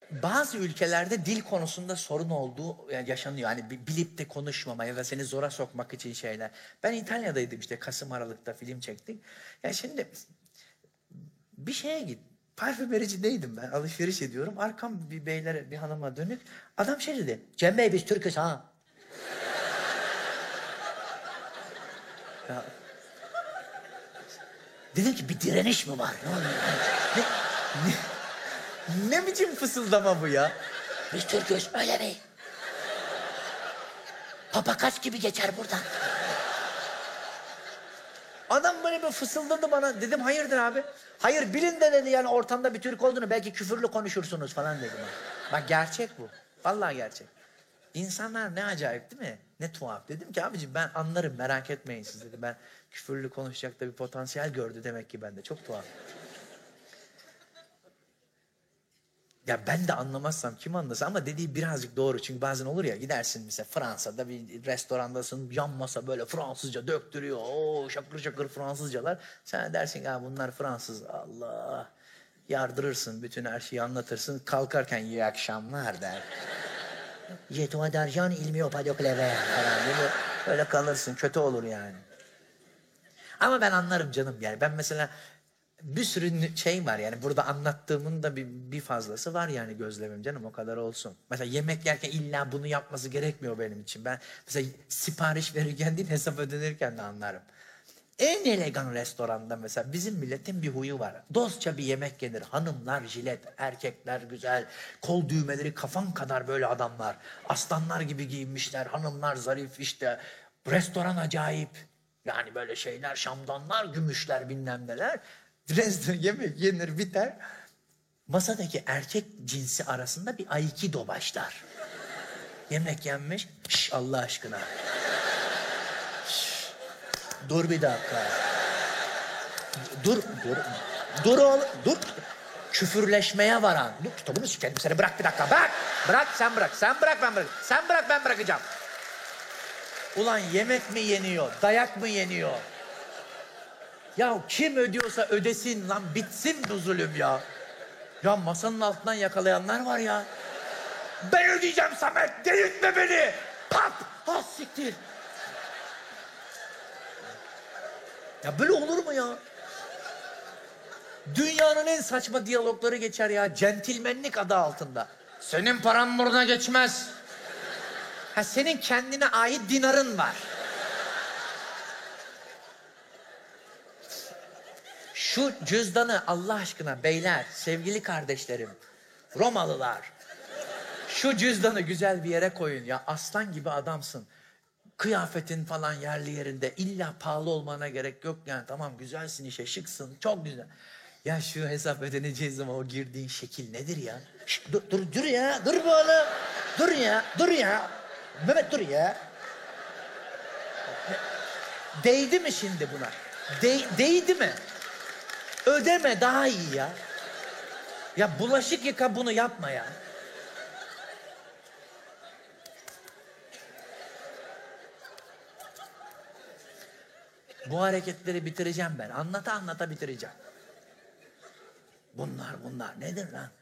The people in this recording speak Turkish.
bazı ülkelerde dil konusunda sorun olduğu yaşanıyor. Hani bilip de konuşmama ya da seni zora sokmak için şeyler. Ben İtalya'daydım işte Kasım Aralık'ta film çektik. Ya şimdi bir şeye git. Parfümericideydim ben. Alışveriş ediyorum. Arkam bir beylere, bir hanıma dönük. Adam şey dedi. Cem Bey biz Türk'üz ha. Ya, dedim ki bir direniş mi var? Ne oluyor? Ne, ne biçim fısıldama bu ya? Biz Türk'üz öyle mi? Papakas gibi geçer buradan. Adam böyle bir fısıldadı bana. Dedim hayırdır abi? Hayır bilin de dedi yani ortamda bir Türk olduğunu belki küfürlü konuşursunuz falan dedim. Bak gerçek bu. Vallahi gerçek. İnsanlar ne acayip değil mi? Ne tuhaf. Dedim ki abicim ben anlarım merak etmeyin siz dedi. Ben küfürlü konuşacak da bir potansiyel gördü demek ki bende. Çok tuhaf. Ya ben de anlamazsam kim anlasın ama dediği birazcık doğru. Çünkü bazen olur ya gidersin mesela Fransa'da bir restorandasın yan masa böyle Fransızca döktürüyor. Oo şakır şakır Fransızcalar. Sen dersin ha bunlar Fransız Allah. Yardırırsın bütün her şeyi anlatırsın. Kalkarken iyi akşamlar der. Jeton d'argent il mio pas de claver falan böyle, böyle kalırsın kötü olur yani. Ama ben anlarım canım yani ben mesela bir sürü şey var yani burada anlattığımın da bir fazlası var yani gözlemim canım o kadar olsun. Mesela yemek yerken illa bunu yapması gerekmiyor benim için. Ben mesela sipariş verirken değil hesap ödenirken de anlarım. En elegan restoranda mesela bizim milletin bir huyu var. Dostça bir yemek yenir. Hanımlar jilet, erkekler güzel. Kol düğmeleri kafan kadar böyle adamlar. Aslanlar gibi giyinmişler. Hanımlar zarif işte. Restoran acayip. Yani böyle şeyler, şamdanlar, gümüşler bilmem neler. Restoran yemek yenir biter. Masadaki erkek cinsi arasında bir aikido başlar. Yemek yenmiş. Şş, Allah aşkına. Dur bir dakika. Dur. Dur oğlum, dur. Küfürleşmeye varan. Dur kitabını sikerim seni bırak bir dakika. Bırak. Bırak sen bırak. Sen bırak ben bırak. Sen bırak ben bırakacağım. Ulan yemek mi yeniyor? Dayak mı yeniyor? Ya kim ödüyorsa ödesin lan. Bitsin bu zulüm ya. Ya masanın altından yakalayanlar var ya. Ben ödeyeceğim Samet. Delirtme beni. Pat. Ha siktir. Ya böyle olur mu ya? Dünyanın en saçma diyalogları geçer ya. Centilmenlik adı altında. Senin paran burada geçmez. Ha senin kendine ait dinarın var. Şu cüzdanı Allah aşkına beyler, sevgili kardeşlerim, Romalılar. Şu cüzdanı güzel bir yere koyun ya. Aslan gibi adamsın. Kıyafetin falan yerli yerinde. İlla pahalı olmana gerek yok yani. Tamam güzelsin işe, şıksın. Çok güzel. Ya şu hesap ödeneceği zaman o girdiğin şekil nedir ya? Şişt, dur ya. Dur bu oğlum. Dur ya. Mehmet dur ya. Değdi mi şimdi buna? Değdi mi? Ödeme daha iyi ya. Ya bulaşık yıka bunu yapma ya. Bu hareketleri bitireceğim ben. Anlata bitireceğim. Bunlar nedir lan?